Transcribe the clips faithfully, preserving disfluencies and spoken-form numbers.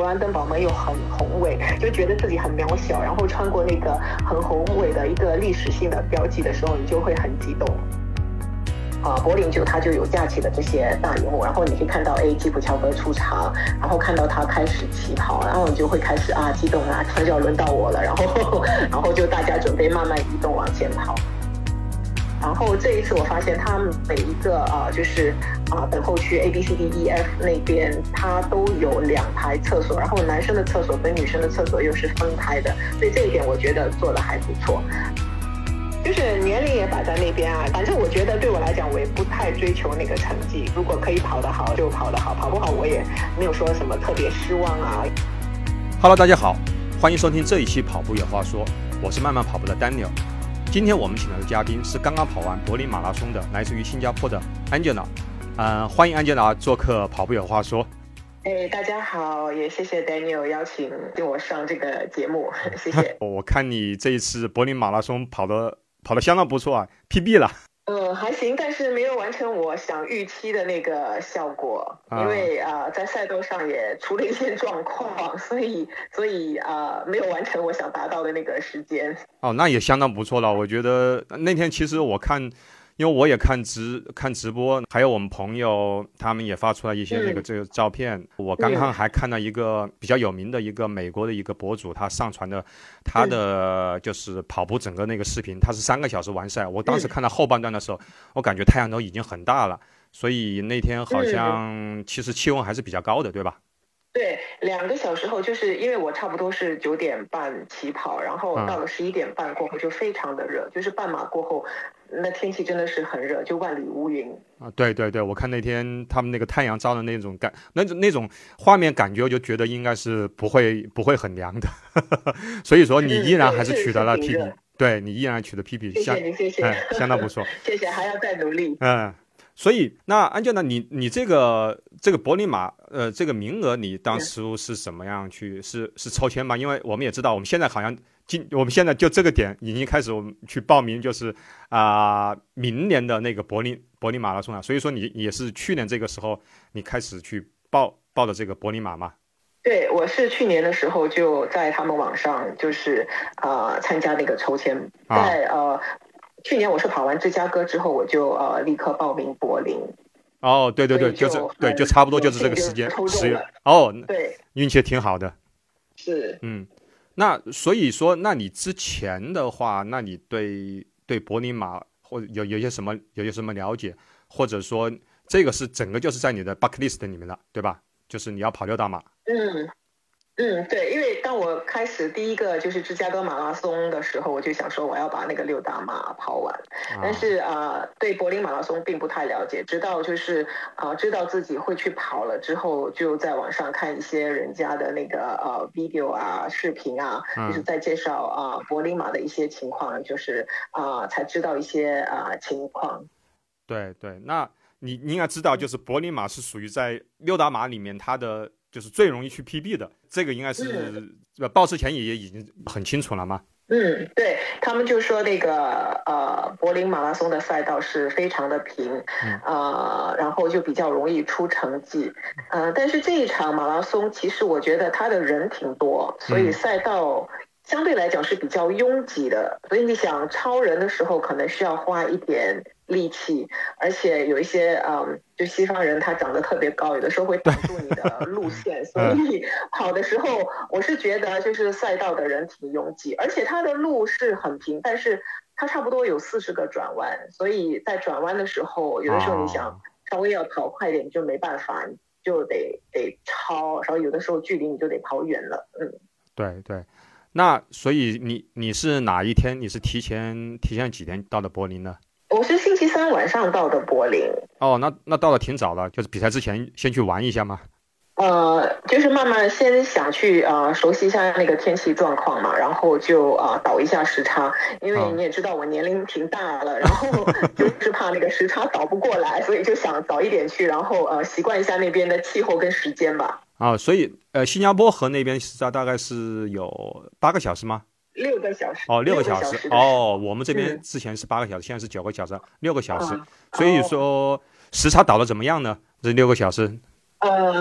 勃兰登堡门又很宏伟，就觉得自己很渺小，然后穿过那个很宏伟的一个历史性的标记的时候，你就会很激动。啊，柏林就它就有架起的这些大荧幕，然后你可以看到哎基普乔格出场，然后看到他开始起跑，然后你就会开始啊激动啊，突然就要轮到我了，然后然后就大家准备慢慢移动往前跑。然后这一次我发现他们每一个啊、呃，就是啊、呃、等候区 A B C D E F 那边，它都有两排厕所，然后男生的厕所跟女生的厕所又是分开的，所以这一点我觉得做得还不错。就是年龄也摆在那边啊，反正我觉得对我来讲，我也不太追求那个成绩，如果可以跑得好就跑得好，跑不好我也没有说什么特别失望啊。 Hello， 大家好，欢迎收听这一期跑步有话说，我是慢慢跑步的 Daniel。今天我们请来的嘉宾是刚刚跑完柏林马拉松的，来自于新加坡的 Angela。呃，欢迎 Angela 做客跑步有话说。 哎，大家好，也谢谢 Daniel 邀请我上这个节目，谢谢。 我看你这一次柏林马拉松跑的跑得相当不错啊 ，P B 了。 嗯，还行，但是没有完成我想预期的那个效果，啊、因为啊、呃，在赛道上也出了一些状况，所以所以啊、呃，没有完成我想达到的那个时间。 哦，那也相当不错了。我觉得那天其实我看。因为我也看直看直播，还有我们朋友他们也发出来一些那个这个照片。嗯、我刚刚还看到一个比较有名的一个美国的一个博主，他上传的他的就是跑步整个那个视频，他是三个小时完赛。我当时看到后半段的时候，我感觉太阳都已经很大了，所以那天好像其实气温还是比较高的，对吧？ 对，两个小时后，就是因为我差不多是九点半起跑，然后到了十一点半过后就非常的热，嗯、就是半马过后，那天气真的是很热，就万里无云啊！对对对，我看那天他们那个太阳照的那种感，那种那种画面感觉，我就觉得应该是不会不会很凉的，所以说你依然还是取得了 P B，、嗯、对你依然取得 P B， 谢谢你，谢谢， 嗯、相当不错， 谢谢，还要再努力， 嗯。所以，那安健呢？你你这个这个柏林马，呃，这个名额你当初是怎么样去？是是抽签吗？因为我们也知道，我们现在好像今我们现在就这个点已经开始我们去报名，就是啊、呃、明年的那个柏林柏林马拉松了。所以说你也是去年这个时候你开始去报报的这个柏林马吗？ 对，我是去年的时候就在他们网上就是啊、呃、参加那个抽签，在、啊、呃。去年我是跑完芝加哥之后，我就呃立刻报名柏林。 哦，对对对， 就就是对，就差不多就是这个时间，十月。哦， 对， 运气挺好的。 是， 嗯，那所以说，那你之前的话，那你对对柏林马或者有有些什么有些什么了解，或者说这个是整个就是在你的 bucket list 里面的，对吧？就是你要跑六大马。 嗯。嗯，对，因为当我开始第一个就是芝加哥马拉松的时候，我就想说我要把那个六大马跑完，啊、但是啊、呃，对柏林马拉松并不太了解，直到就是啊、呃、知道自己会去跑了之后，就在网上看一些人家的那个呃 video 啊、视频啊，就是在介绍啊、呃、柏林马的一些情况，就是啊、呃、才知道一些啊、呃、情况。 对对，那你你应该知道，就是柏林马是属于在六大马里面它的。就是最容易去 P B 的，这个应该是、嗯、报之前也也已经很清楚了吗？ 嗯，对，他们就说那个呃柏林马拉松的赛道是非常的平，嗯、呃，然后就比较容易出成绩，呃，但是这一场马拉松其实我觉得他的人挺多，所以赛道相对来讲是比较拥挤的，所以你想超人的时候可能需要花一点力气，而且有一些嗯，就西方人他长得特别高，有的时候会挡住你的路线，所以跑的时候我是觉得就是赛道的人挺拥挤，而且它的路是很平，但是它差不多有四十个转弯，所以在转弯的时候，有的时候你想稍微要跑快一点，你就没办法，你就得得超，然后有的时候距离你就得跑远了，嗯， 对对。那所以你你是哪一天？你是提前提前几天到的柏林呢？ 我是星期三晚上到的柏林。 哦，那那到了挺早了，就是比赛之前先去玩一下吗？ 呃，就是慢慢先想去呃熟悉一下那个天气状况嘛，然后就呃倒一下时差，因为你也知道我年龄挺大了，然后就是怕那个时差倒不过来，所以就想早一点去，然后呃习惯一下那边的气候跟时间吧。 啊，所以呃，新加坡和那边时差大概是有八个小时吗？ 六个小时。 哦，六个小时。 小时哦，我们这边之前是八个小时，嗯、现在是九个小时，六个小时。嗯、所以说、哦、时差倒的怎么样呢？这六个小时。 呃，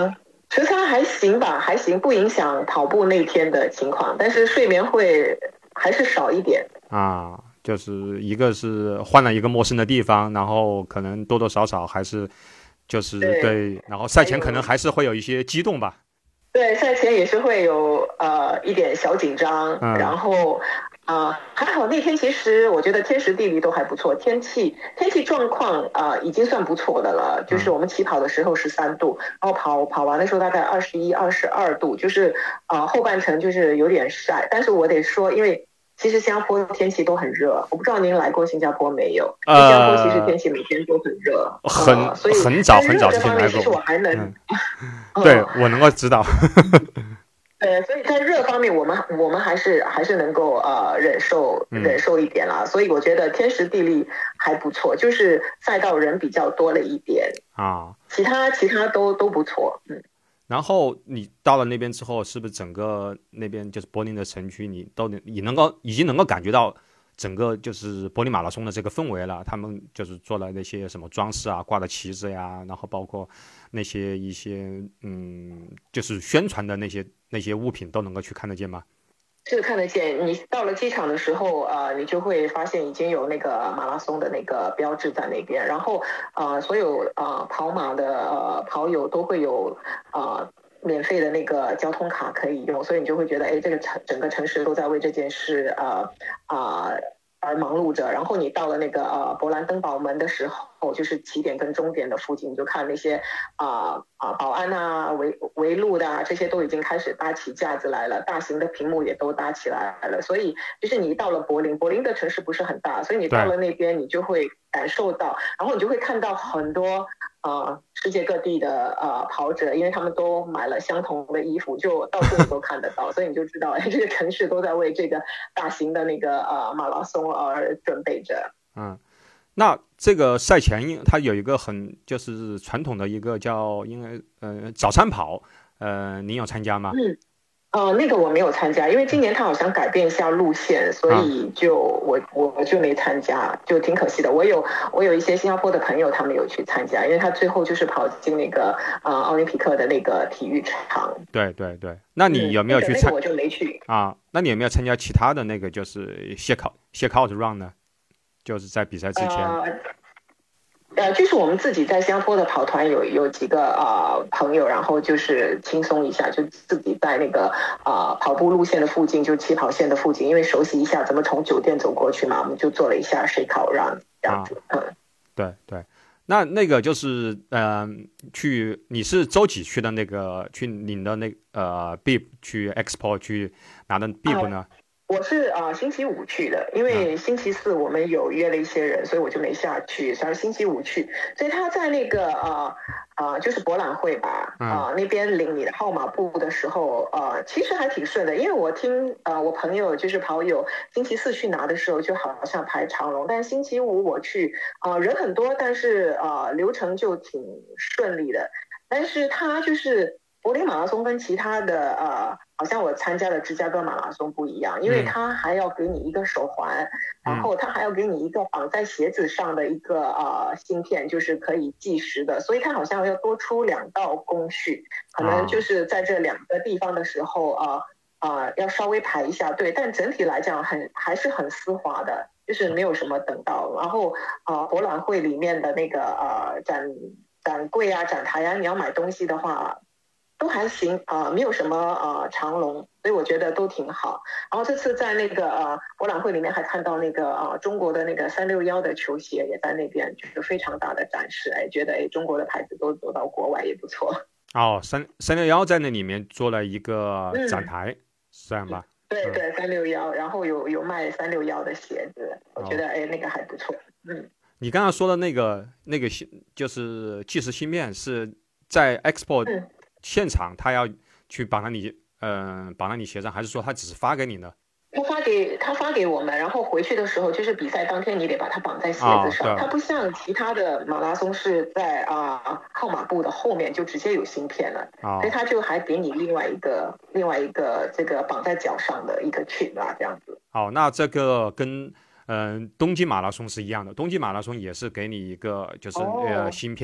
时差还行吧，还行，不影响跑步那天的情况，但是睡眠会还是少一点啊。就是一个是换了一个陌生的地方，然后可能多多少少还是就是对，对然后赛前可能还是会有一些激动吧。 对，赛前也是会有呃一点小紧张，嗯、然后啊、呃、还好那天其实我觉得天时地利都还不错，天气天气状况啊、呃、已经算不错的了，就是我们起跑的时候十三度，然后跑跑完的时候大概二十一、二十二度，就是啊、呃、后半程就是有点晒，但是我得说，因为其实新加坡天气都很热，我不知道您来过新加坡没有？呃、新加坡其实天气每天都很热， 很、 呃、所以很早很早之前来过。 其实我还能， 嗯、对我能够知道。 对，所以在热方面，我们我们还是还是能够呃忍受忍受一点啦、嗯。所以我觉得天时地利还不错，就是赛道人比较多了一点啊，其他其他都都不错，嗯。 然后你到了那边之后，是不是整个那边就是柏林的城区，你都能你能够已经能够感觉到整个就是柏林马拉松的这个氛围了？他们就是做了那些什么装饰啊，挂的旗子呀，然后包括那些一些嗯，就是宣传的那些那些物品都能够去看得见吗？ 是看得见，你到了机场的时候，呃，你就会发现已经有那个马拉松的那个标志在那边，然后呃，所有呃跑马的呃跑友都会有呃免费的那个交通卡可以用，所以你就会觉得，哎，这个城整个城市都在为这件事呃啊。呃而忙碌着，然后你到了那个呃勃兰登堡门的时候，就是起点跟终点的附近，你就看那些啊啊、呃、保安啊、围围路的啊，这些都已经开始搭起架子来了，大型的屏幕也都搭起来了。所以就是你到了柏林，柏林的城市不是很大，所以你到了那边，你就会感受到，然后你就会看到很多呃世界各地的呃跑者，因为他们都买了相同的衣服，就到处都看得到，所以你就知道，哎，这个城市都在为这个大型的那个呃马拉松而准备着。 嗯，那这个赛前它有一个很就是传统的一个叫因为呃早餐跑，呃，您有参加吗？ 嗯。呃，那个我没有参加，因为今年他好像改变一下路线，所以就我我就没参加，就挺可惜的。我有我有一些新加坡的朋友，他们有去参加，因为他最后就是跑进那个呃奥林匹克的那个体育场。 对对对，那你有没有去参？ 嗯那個、我就没去啊。那你有没有参加其他的那个就是谢考谢考 run 呢？就是在比赛之前。 呃呃，就是我们自己在新加坡的跑团有有几个呃朋友，然后就是轻松一下，就自己在那个呃跑步路线的附近，就起跑线的附近，因为熟悉一下怎么从酒店走过去嘛，我们就做了一下水考 run 这样子。啊、嗯， 对对，那那个就是嗯、呃，去你是周几去的那个去领的那呃 B I P 去 Expo 去拿的 B I P 呢？ 啊我是啊、呃、星期五去的，因为星期四我们有约了一些人，所以我就没下去，所以星期五去。所以他在那个啊啊、呃呃、就是博览会吧啊、呃、那边领你的号码布的时候，呃其实还挺顺的，因为我听呃我朋友就是跑友星期四去拿的时候就好像排长龙，但是星期五我去啊、呃、人很多，但是啊、呃、流程就挺顺利的，但是他就是柏林马拉松跟其他的呃。好像我参加的芝加哥马拉松不一样，因为他还要给你一个手环，嗯、然后他还要给你一个绑在鞋子上的一个呃芯片，就是可以计时的，所以他好像要多出两道工序，可能就是在这两个地方的时候啊啊、呃呃、要稍微排一下队，但整体来讲很还是很丝滑的，就是没有什么等到，然后啊、呃、博览会里面的那个呃展展柜啊展台啊，你要买东西的话。都还行啊、呃，没有什么呃长龙，所以我觉得都挺好。然后这次在那个呃博览会里面还看到那个呃中国的那个三六幺的球鞋也在那边，就是非常大的展示，哎，觉得哎中国的牌子都走到国外也不错。 哦，三三六幺在那里面做了一个展台，是这样吧？ 对对，三六幺，然后有有卖三六幺的鞋子，我觉得、哦、哎那个还不错。嗯， 你刚刚说的那个那个就是计时芯片是在 Expo、嗯。现场他要去绑在你，嗯、呃，绑在你鞋上，还是说他只是发给你呢？ 他发给他发给我们，然后回去的时候就是比赛当天，你得把它绑在鞋子上。它、哦、不像其他的马拉松是在啊、呃、号码布的后面就直接有芯片了，哦、所以他就还给你另外一个另外一个这个绑在脚上的一个 chip 啊，这样子。 好、哦，那这个跟嗯、呃、东京马拉松是一样的，东京马拉松也是给你一个就是、哦、呃芯片。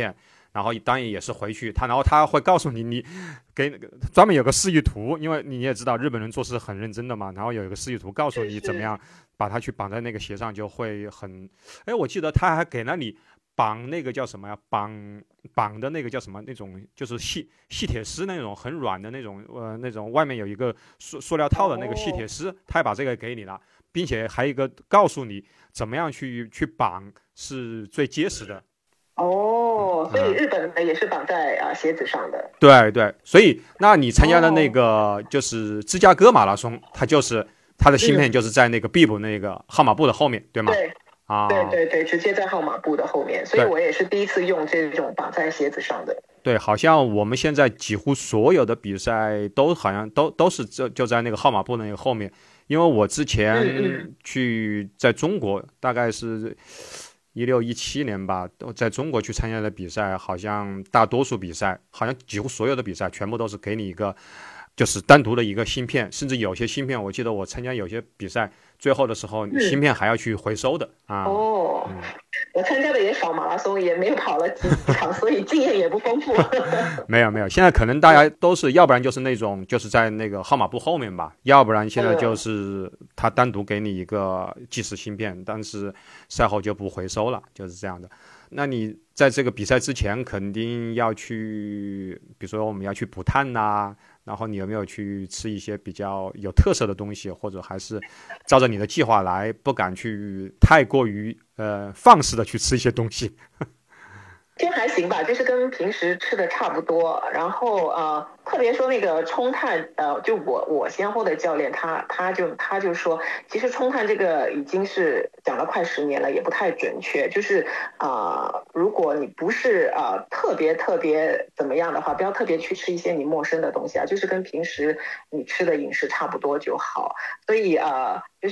然后当然也是回去他，然后他会告诉你，你给专门有个示意图，因为你也知道日本人做事很认真的嘛，然后有一个示意图告诉你怎么样把它去绑在那个鞋上，就会很，哎，我记得他还给了你绑那个叫什么呀，绑绑的那个叫什么那种，就是细细铁丝那种很软的那种，呃，那种外面有一个塑塑料套的那个细铁丝，他也把这个给你了，并且还有一个告诉你怎么样去去绑是最结实的。 哦，所以日本的也是绑在啊鞋子上的。 对对，所以那你参加的那个就是芝加哥马拉松，它就是它的芯片就是在那个 Bib 那个号码布的后面，对吗？ 对。啊，对对对，直接在号码布的后面，所以我也是第一次用这种绑在鞋子上的。 对，好像我们现在几乎所有的比赛都好像都都是就就在那个号码布那个后面，因为我之前去在中国，嗯嗯大概是一六一七年吧，在中国去参加的比赛，好像大多数比赛，好像几乎所有的比赛全部都是给你一个。就是单独的一个芯片，甚至有些芯片，我记得我参加有些比赛，最后的时候，嗯、芯片还要去回收的啊。 哦、嗯，我参加的也少马拉松，也没有跑了几场，所以经验也不丰富。 没有没有，现在可能大家都是，要不然就是那种就是在那个号码布后面吧，要不然现在就是他单独给你一个计时芯片，但是赛后就不回收了，就是这样的。那你在这个比赛之前肯定要去，比如说我们要去补碳呐。然后你有没有去吃一些比较有特色的东西，或者还是照着你的计划来，不敢去太过于呃放肆的去吃一些东西？ 其实还行吧，就是跟平时吃的差不多。然后呃，特别说那个冲碳，呃，就我我先后的教练他他就他就说，其实冲碳这个已经是讲了快十年了，也不太准确。就是啊、呃，如果你不是呃特别特别怎么样的话，不要特别去吃一些你陌生的东西啊，就是跟平时你吃的饮食差不多就好。所以呃，就是。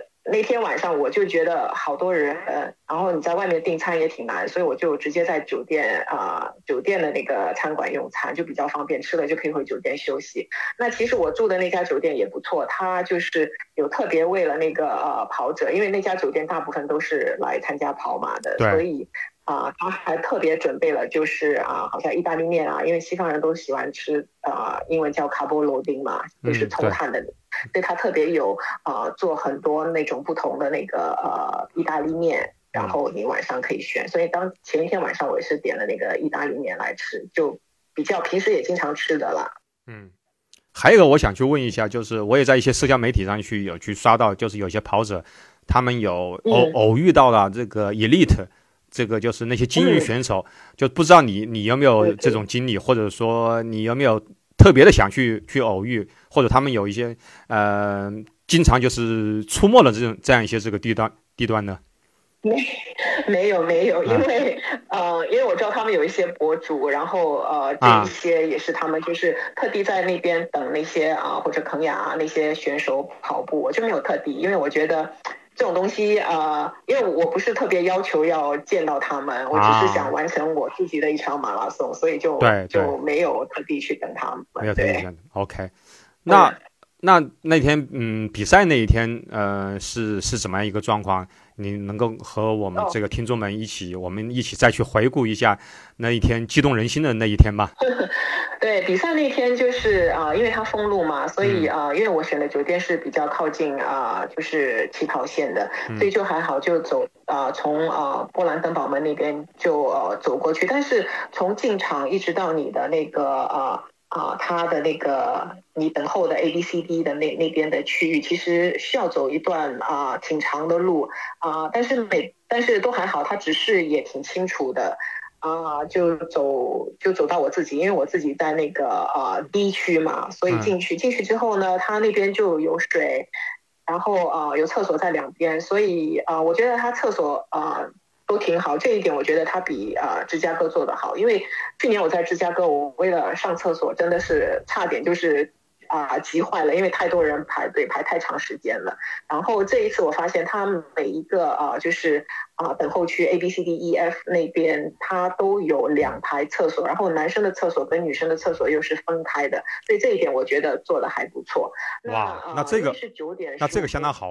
那天晚上我就觉得好多人，呃，然后你在外面订餐也挺难，所以我就直接在酒店啊、呃，酒店的那个餐馆用餐，就比较方便，吃了就可以回酒店休息。那其实我住的那家酒店也不错，它就是有特别为了那个呃跑者，因为那家酒店大部分都是来参加跑马的，所以啊、呃，他还特别准备了就是啊、呃，好像意大利面啊，因为西方人都喜欢吃啊、呃，英文叫卡波罗丁嘛，就是冲碳的。嗯所以他特别有呃做很多那种不同的那个呃意大利面，然后你晚上可以选。所以当前一天晚上我也是点了那个意大利面来吃，就比较平时也经常吃的啦。 嗯，还有一个我想去问一下，就是我也在一些社交媒体上去有去刷到，就是有些跑者他们有偶、嗯、偶遇到了这个 elite。这个就是那些精英选手，嗯、就不知道你你有没有这种经历，或者说你有没有特别的想去去偶遇，或者他们有一些呃经常就是出没的这种这样一些这个地段地段呢？ 没没有没有，因为、啊、呃，因为我知道他们有一些博主，然后呃，这一些也是他们就是特地在那边等那些啊、呃、或者肯亚啊那些选手跑步，我就没有特地，因为我觉得。这种东西呃，因为我不是特别要求要见到他们，我只是想完成我自己的一场马拉松，啊、所以就就没有特地去等他们。 没有特地等 ，OK。那、嗯、那那天嗯比赛那一天呃是是怎么样一个状况？你能够和我们这个听众们一起，哦、我们一起再去回顾一下那一天激动人心的那一天吗？ 对，比赛那天就是啊、呃，因为它封路嘛，所以啊、呃，因为我选的酒店是比较靠近啊、呃，就是起跑线的，所以就还好，就走啊、呃，从啊、呃、波兰登堡门那边就呃走过去，但是从进场一直到你的那个啊。呃啊，它的那个你等候的 A B C D 的那那边的区域，其实需要走一段啊挺长的路啊，但是每但是都还好，它指示也挺清楚的啊，就走就走到我自己，因为我自己在那个啊 D 区嘛，所以进去、嗯、进去之后呢，它那边就有水，然后啊有厕所在两边，所以啊我觉得它厕所啊。都挺好，这一点我觉得它比呃芝加哥做得好，因为去年我在芝加哥，我为了上厕所真的是差点就是啊、呃、急坏了，因为太多人排队排太长时间了。然后这一次我发现他们每一个啊、呃、就是啊、呃、等候区 A B C D E F 那边它都有两排厕所，然后男生的厕所跟女生的厕所又是分开的，所以这一点我觉得做得还不错。 哇，那、呃、那这个是九点， 那这个相当好啊。嗯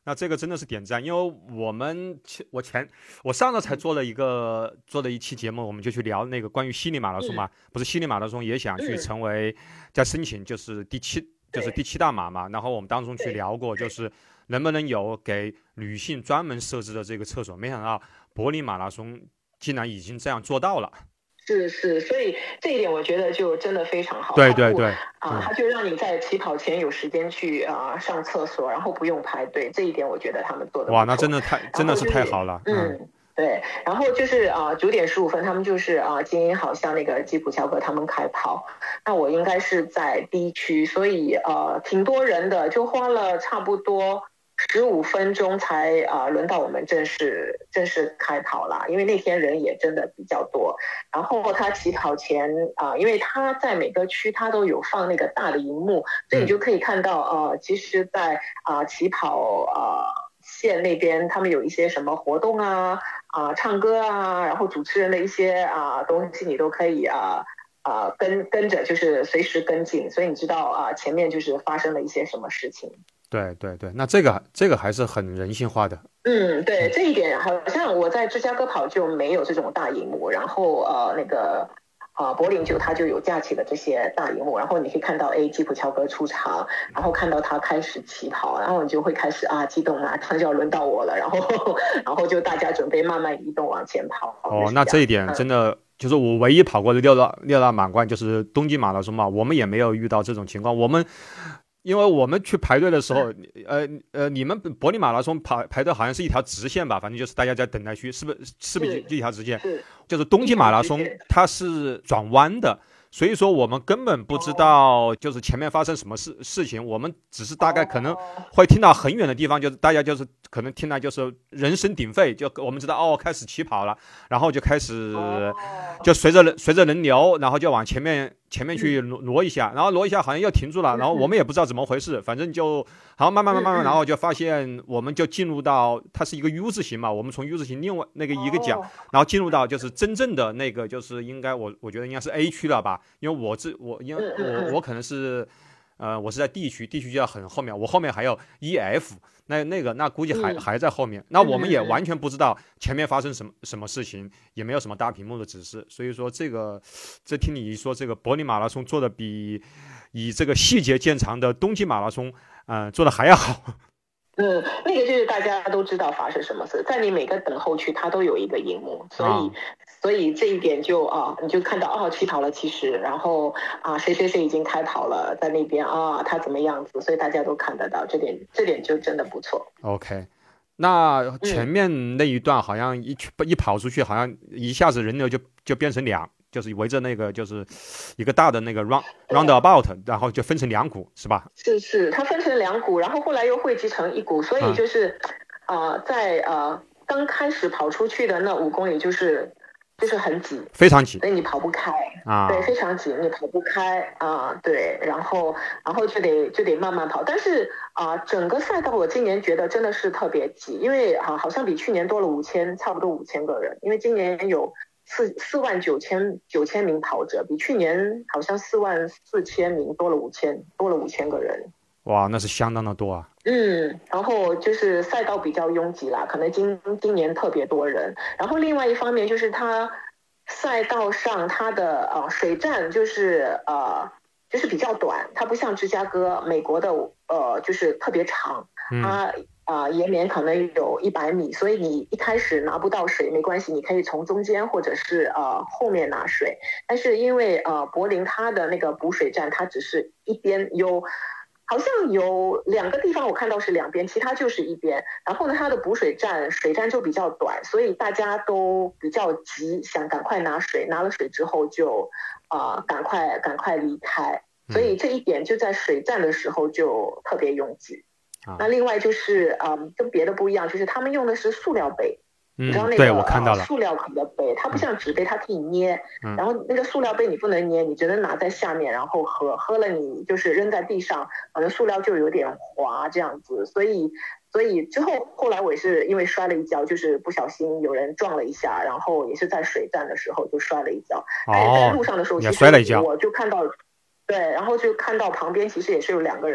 那这个真的是点赞，因为我们我前我上次才做了一个做了一期节目，我们就去聊那个关于悉尼马拉松嘛，嗯、不是悉尼马拉松也想去成为在申请就是第七就是第七大马嘛，然后我们当中去聊过，就是能不能有给女性专门设置的这个厕所，没想到柏林马拉松竟然已经这样做到了。 是是，所以这一点我觉得就真的非常好。 对对对， 啊、呃，他就让你在起跑前有时间去啊、呃、上厕所，然后不用排队。这一点我觉得他们做的哇，那真的太真的是太好了。 嗯。嗯对，然后就是啊，九、呃、点十五分，他们就是啊、呃，今天好像那个吉普乔格他们开跑，那我应该是在 B 区，所以呃挺多人的，就花了差不多十五分钟才啊、呃、轮到我们正式正式开跑啦，因为那天人也真的比较多。然后他起跑前啊、呃，因为他在每个区他都有放那个大的荧幕，所以你就可以看到呃，其实在啊、呃、起跑呃线那边他们有一些什么活动啊。啊、呃，唱歌啊，然后主持人的一些啊、呃、东西，你都可以啊啊、呃、跟跟着，就是随时跟进，所以你知道啊、呃、前面就是发生了一些什么事情。 对对对，那这个这个还是很人性化的。 嗯，对，这一点好像我在芝加哥跑就没有这种大荧幕，然后呃那个。啊，柏林就它就有架起的这些大荧幕，然后你可以看到 A 吉普乔格出场，然后看到他开始起跑，然后你就会开始啊激动啊，他就要轮到我了，然后然后就大家准备慢慢移动往前跑。 哦，那这一点真的、嗯、就是我唯一跑过的六大六大满贯就是东京马拉松嘛，我们也没有遇到这种情况，我们。因为我们去排队的时候，呃呃，你们柏林马拉松排排队好像是一条直线吧，反正就是大家在等待区，是不是是不是一条直线？就是东京马拉松它是转弯的，所以说我们根本不知道就是前面发生什么事事情，我们只是大概可能会听到很远的地方，就是大家就是可能听到就是人声鼎沸，就我们知道哦开始起跑了，然后就开始就随着随着人流，然后就往前面。前面去挪一下，然后挪一下好像又停住了，然后我们也不知道怎么回事，反正就好慢慢慢慢，然后就发现我们就进入到它是一个 U 字形嘛，我们从 U 字形另外那个一个角，然后进入到就是真正的那个就是应该我我觉得应该是 A 区了吧，因为我这我因为我我可能是呃我是在 D 区 ，D 区就要很后面，我后面还有 E、F。那那个那估计还、嗯、还在后面，那我们也完全不知道前面发生什么什么事情，也没有什么大屏幕的指示，所以说这个这听你一说，这个柏林马拉松做的比以这个细节见长的冬季马拉松，呃，做的还要好。 嗯，那个就是大家都知道发生什么事，在你每个等候区它都有一个荧幕，所以、哦、所以这一点就啊，你就看到哦起跑了，其实然后啊谁谁谁已经开跑了，在那边啊他怎么样子，所以大家都看得到，这点这点就真的不错。 OK， 那前面那一段好像一、嗯、一跑出去，好像一下子人流就就变成两。就是围着那个就是一个大的那个 round roundabout， 然后就分成两股，是吧？ 是是，它分成两股，然后后来又汇集成一股，所以就是啊、嗯呃，在呃刚开始跑出去的那五公里就是就是很挤， 非常挤， 所以你跑不开啊， 对，非常挤，你跑不开啊，对，然后然后就得就得慢慢跑，但是啊、呃，整个赛道我今年觉得真的是特别挤，因为啊好像比去年多了五千，差不多五千个人，因为今年有。四四万九千九千名跑者，比去年好像四万四千名多了五千，多了五千个人。 哇，那是相当的多啊。 嗯，然后就是赛道比较拥挤啦，可能今今年特别多人。然后另外一方面就是它赛道上它的呃水站就是呃就是比较短，它不像芝加哥美国的呃就是特别长，它。嗯啊、呃，延绵可能有一百米，所以你一开始拿不到水没关系，你可以从中间或者是呃后面拿水。但是因为呃柏林它的那个补水站，它只是一边有，好像有两个地方我看到是两边，其他就是一边。然后呢，它的补水站水站就比较短，所以大家都比较急，想赶快拿水，拿了水之后就啊、呃、赶快赶快离开。所以这一点就在水站的时候就特别拥挤。 啊、 那另外就是嗯，跟别的不一样，就是他们用的是塑料杯， 嗯、 你知道那个对我看到了、 呃、塑料口的杯，它不像纸杯，它可以捏、嗯，然后那个塑料杯你不能捏，你只能拿在下面然后喝，喝了你就是扔在地上，可能塑料就有点滑这样子，所以所以之后后来我也是因为摔了一跤，就是不小心有人撞了一下，然后也是在水站的时候就摔了一跤， 哦， 在路上的时候也摔了一跤， 我就看到，对，然后就看到旁边其实也是有两个人。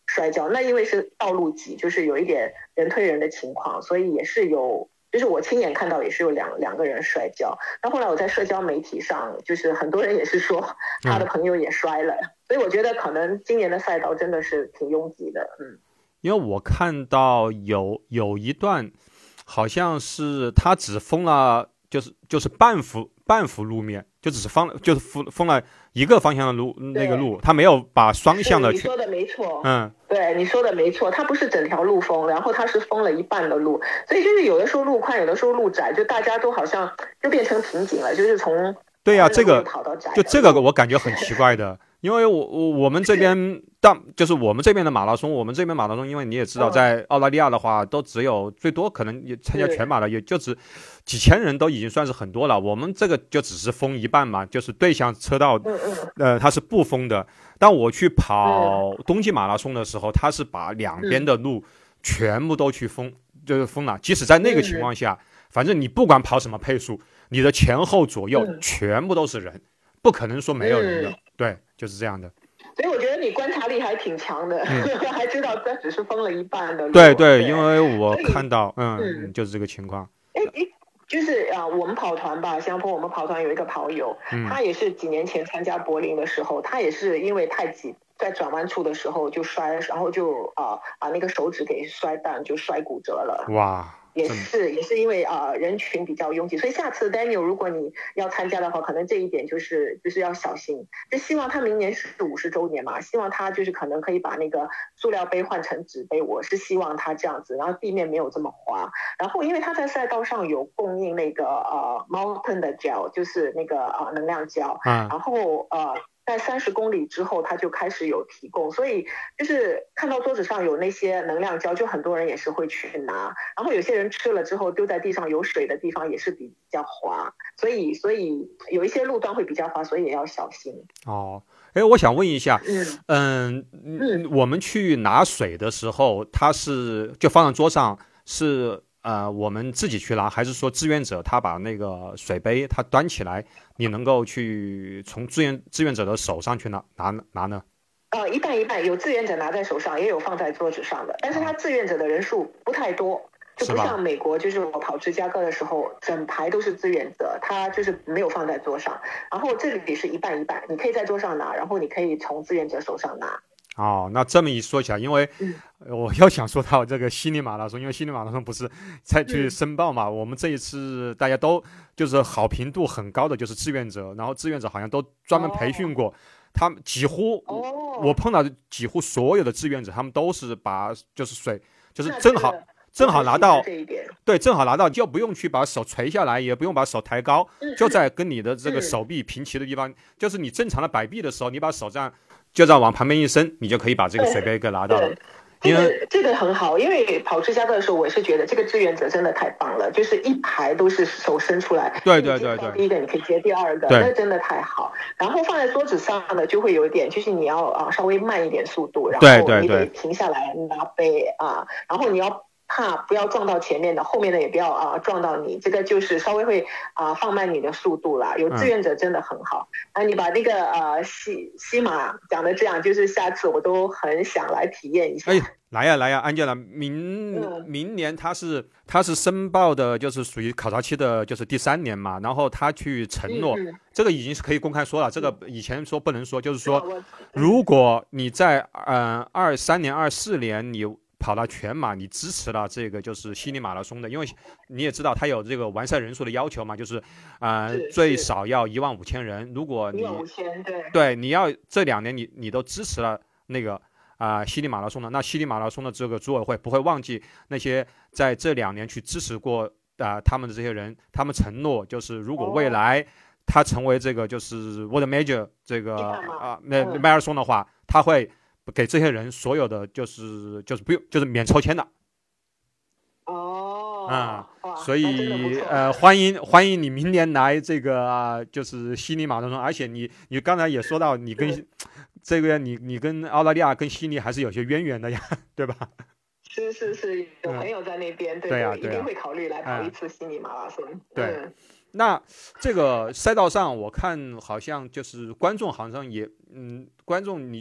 摔跤。那因为是道路挤，就是有一点人推人的情况，所以也是有，就是我亲眼看到也是有两两个人摔跤。那后来我在社交媒体上，就是很多人也是说他的朋友也摔了，嗯、所以我觉得可能今年的赛道真的是挺拥挤的，嗯。 因为我看到有有一段，好像是他只封了，就是就是半幅半幅路面，就只是封就是封封了一个方向的路那个路，他没有把双向的。 你说的没错， 嗯， 对，你说的没错，它不是整条路封，然后它是封了一半的路，所以就是有的时候路宽，有的时候路窄，就大家都好像就变成瓶颈了，就是从对呀、啊，这个就这个我感觉很奇怪的。因为我我我们这边当就是我们这边的马拉松，我们这边马拉松，因为你也知道，在澳大利亚的话，都只有最多可能也参加全马的，也就只几千人，都已经算是很多了。我们这个就只是封一半嘛，就是对向车道，呃，它是不封的。当我去跑冬季马拉松的时候，它是把两边的路全部都去封，就是封了。即使在那个情况下，反正你不管跑什么配速，你的前后左右全部都是人，不可能说没有人的。对，就是这样的。 所以我觉得你观察力还挺强的，嗯、还知道这只是封了一半的路。 对 对, 对，因为我看到，嗯，嗯就是这个情况。 哎哎，就是啊，我们跑团吧，新加坡我们跑团有一个跑友，嗯、他也是几年前参加柏林的时候，他也是因为太挤，在转弯处的时候就摔，然后就啊把那个手指给摔断，就摔骨折了。 哇！ 也是也是因为啊、呃、人群比较拥挤，所以下次 Daniel 如果你要参加的话，可能这一点就是就是要小心。就希望他明年是五十周年嘛，希望他就是可能可以把那个塑料杯换成纸杯，我是希望他这样子，然后地面没有这么滑。然后因为他在赛道上有供应那个呃 Mountain 的 gel， 就是那个呃能量胶，嗯、然后呃。在三十公里之后，他就开始有提供，所以就是看到桌子上有那些能量胶，就很多人也是会去拿。然后有些人吃了之后丢在地上有水的地方也是比较滑，所以所以有一些路段会比较滑，所以也要小心。 哦，哎，我想问一下，嗯嗯嗯，我们去拿水的时候，它是就放在桌上是？呃，我们自己去拿，还是说志愿者他把那个水杯他端起来，你能够去从志愿志愿者的手上去拿拿拿呢？ 呃，一半一半，有志愿者拿在手上，也有放在桌子上的，但是他志愿者的人数不太多，就不像美国，就是我跑芝加哥的时候，整排都是志愿者，他就是没有放在桌上。然后这里是一半一半，你可以在桌上拿，然后你可以从志愿者手上拿。 哦，那这么一说起来，因为我要想说到这个悉尼马拉松，因为悉尼马拉松不是才去申报嘛，嗯、我们这一次大家都就是好评度很高的就是志愿者，然后志愿者好像都专门培训过，哦、他们几乎、哦、我碰到的几乎所有的志愿者，他们都是把就是水就是正好。正好拿到，对，正好拿到，就不用去把手垂下来，也不用把手抬高，就在跟你的这个手臂平齐的地方，就是你正常的摆臂的时候，你把手这样就这样往旁边一伸，你就可以把这个水杯给拿到了。 因为这个很好，因为跑芝加哥的时候，我是觉得这个志愿者真的太棒了，就是一排都是手伸出来， 对对对对， 第一个你可以接第二个，那真的太好。然后放在桌子上的就会有一点，就是你要啊稍微慢一点速度，然后你得停下来拿杯啊，然后你要。怕不要撞到前面的，后面的也不要啊撞到你，这个就是稍微会啊放慢你的速度啦。有志愿者真的很好，啊、嗯，你把那个呃西西马讲的这样，就是下次我都很想来体验一下。 哎，来呀来呀，安吉拉，明、嗯、明年他是他是申报的，就是属于考察期的，就是第三年嘛。然后他去承诺，嗯嗯、这个已经是可以公开说了，这个以前说不能说，就是说，嗯、如果你在呃二三年、二四年你。跑到全马，你支持了这个就是悉尼马拉松的，因为你也知道它有这个完赛人数的要求嘛，就是啊、呃、最少要一万五千人。如果你一万五千对对你要这两年你你都支持了那个啊、呃、悉尼马拉松的，那悉尼马拉松的这个组委会不会忘记那些在这两年去支持过啊、呃、他们的这些人，他们承诺就是如果未来他成为这个就是 World Major 这个啊那 Marathon 的话，他会。给这些人所有的就是就是不用就是免抽签的， 哦， 啊、嗯，所以呃欢迎欢迎你明年来这个、呃、就是悉尼马拉松，而且你你刚才也说到你跟这个你你跟澳大利亚跟悉尼还是有些渊源的呀，对吧？ 是是是，有朋友在那边，嗯、对对呀、啊， 一定会考虑来跑一次悉尼马拉松。嗯、 对。嗯那这个赛道上，我看好像就是观众好像也，嗯，观众你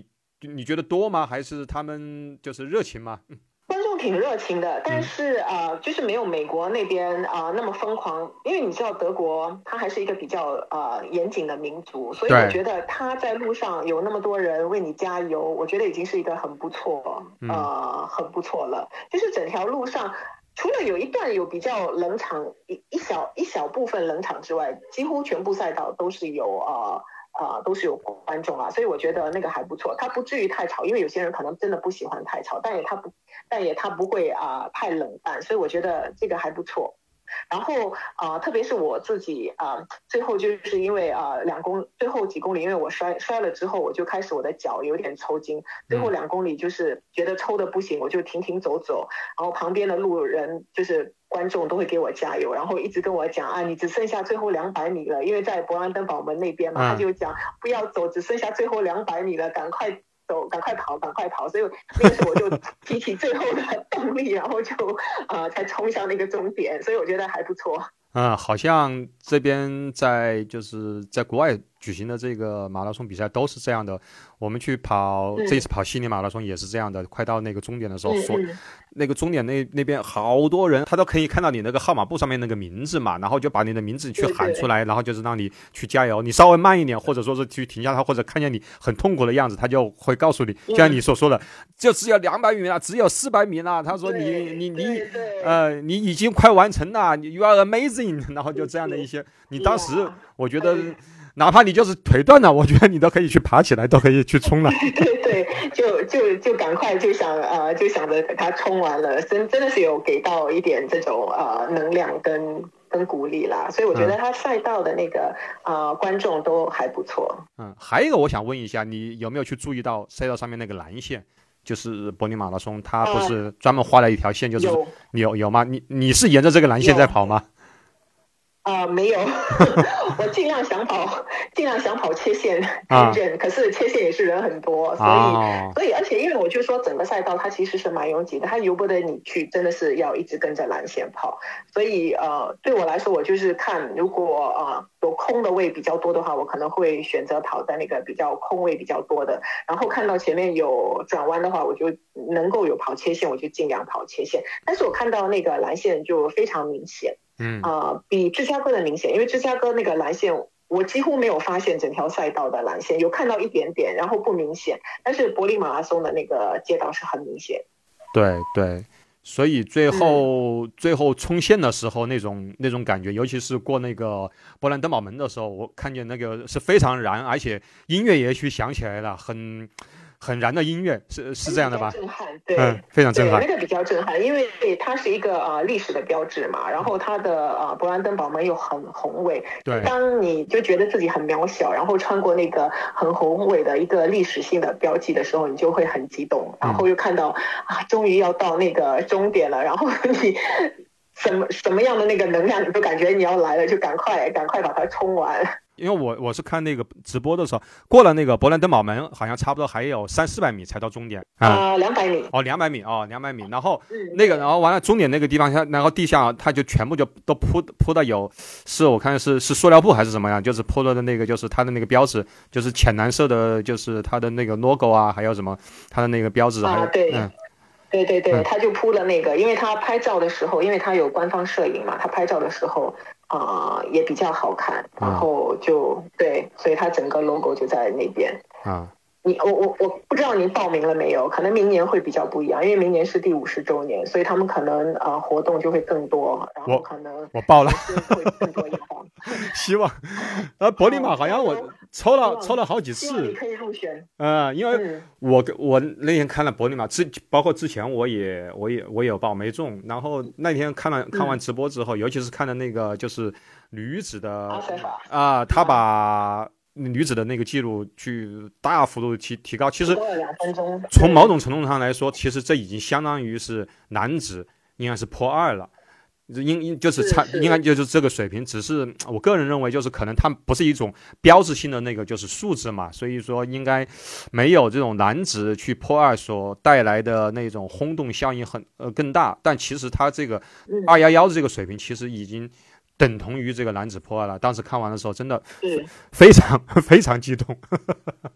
你觉得多吗？还是他们就是热情吗？ 观众挺热情的，但是啊、呃，就是没有美国那边啊、呃、那么疯狂，因为你知道德国它还是一个比较呃严谨的民族，所以我觉得他在路上有那么多人为你加油，我觉得已经是一个很不错，呃，很不错了。就是整条路上，除了有一段有比较冷场一一小一小部分冷场之外，几乎全部赛道都是有呃。呃，都是有观众啊，所以我觉得那个还不错，它不至于太吵，因为有些人可能真的不喜欢太吵，但也它不，但也它不会啊、呃、太冷淡，所以我觉得这个还不错。然后啊、呃，特别是我自己啊、呃，最后就是因为啊、呃、两公最后几公里，因为我摔摔了之后，我就开始我的脚有点抽筋，最后两公里就是觉得抽的不行，我就停停走走，然后旁边的路人就是观众都会给我加油，然后一直跟我讲啊，你只剩下最后两百米了，因为在勃兰登堡门那边嘛，他就讲不要走，只剩下最后两百米了，赶快走，赶快跑，赶快跑！所以那个时候我就提起最后的动力，然后就呃才冲向那个终点，所以我觉得还不错。 嗯，好像这边在就是在国外举行的这个马拉松比赛都是这样的。我们去跑、嗯、这次跑悉尼马拉松也是这样的，快到那个终点的时候，所、嗯嗯、那个终点那那边好多人，他都可以看到你那个号码布上面那个名字嘛，然后就把你的名字去喊出来，对对，然后就是让你去加油。你稍微慢一点，或者说是去停下他，或者看见你很痛苦的样子，他就会告诉你，就像你所说的，就只有两百米了，只有四百米了。他说你你你呃你已经快完成了 ，You are amazing。然后就这样的一些，你当时我觉得，哪怕你就是腿断了，我觉得你都可以去爬起来，都可以去冲了。 对对，就就就赶快就想呃，就想着给他冲完了，真真的是有给到一点这种呃能量跟跟鼓励啦。所以我觉得他赛道的那个、嗯、呃观众都还不错。 嗯，还有一个我想问一下，你有没有去注意到赛道上面那个蓝线？就是柏林马拉松，它不是专门画了一条线，就是、呃、有你有有吗？你你是沿着这个蓝线在跑吗？ 啊、呃，没有，我尽量想跑，尽量想跑切线跟人、啊，可是切线也是人很多，所以、啊、所以而且因为我就说整个赛道它其实是蛮拥挤的，它由不得你去真的是要一直跟着蓝线跑，所以呃对我来说我就是看如果呃有空的位比较多的话，我可能会选择跑在那个比较空位比较多的，然后看到前面有转弯的话，我就能够有跑切线，我就尽量跑切线，但是我看到那个蓝线就非常明显。嗯呃，比芝加哥的明显，因为芝加哥那个蓝线我几乎没有发现整条赛道的蓝线，有看到一点点，然后不明显，但是柏林马拉松的那个街道是很明显。 对对，所以最后、嗯、最后冲线的时候那种那种感觉，尤其是过那个勃兰登堡门的时候，我看见那个是非常燃，而且音乐也去响起来了，很很燃的音乐，是是这样的吧？ 震撼，对、 嗯，非常震撼。 那个比较震撼，因为它是一个呃历史的标志嘛，然后它的呃勃兰登堡门又很宏伟， 对， 当你就觉得自己很渺小，然后穿过那个很宏伟的一个历史性的标记的时候，你就会很激动，然后又看到、嗯、啊，终于要到那个终点了，然后你什么什么样的那个能量，你都感觉你要来了，就赶快赶快把它冲完。 因为我我是看那个直播的时候，过了那个勃兰登堡门，好像差不多还有三四百米才到终点啊，两、呃、百米哦，两百米哦，两百米，然后、嗯、那个然后完了终点那个地方，然后地下它就全部就都铺铺的有，是我看是是塑料布还是什么样，就是铺了的那个就是它的那个标志，就是浅蓝色的，就是它的那个 logo 啊，还有什么它的那个标志，还有、 啊、对。 嗯对对对，他就铺了那个，因为他拍照的时候，因为他有官方摄影嘛，他拍照的时候啊、呃、也比较好看，然后就、嗯、对，所以他整个 logo 就在那边啊。你我我我不知道您报名了没有？可能明年会比较不一样，因为明年是第五十周年，所以他们可能呃活动就会更多，然后可能我报了， 会更多一方。 希望，呃，柏林马好像我抽了抽了好几次， 你可以入选。 呃，因为我我那天看了柏林马，之包括之前我也我也我也有报没中，然后那天看了看完直播之后，嗯、尤其是看了那个就是女子的啊、呃，他把。女子的那个记录去大幅度提提高，其实从某种程度上来说，其实这已经相当于是男子应该是破二了，应就是差应该就是这个水平，只是我个人认为就是可能它不是一种标志性的那个就是数字嘛，所以说应该没有这种男子去破二所带来的那种轰动效应很呃更大，但其实它这个二一一的这个水平其实已经。等同于这个男子破二了，当时看完的时候真的非常非常激动。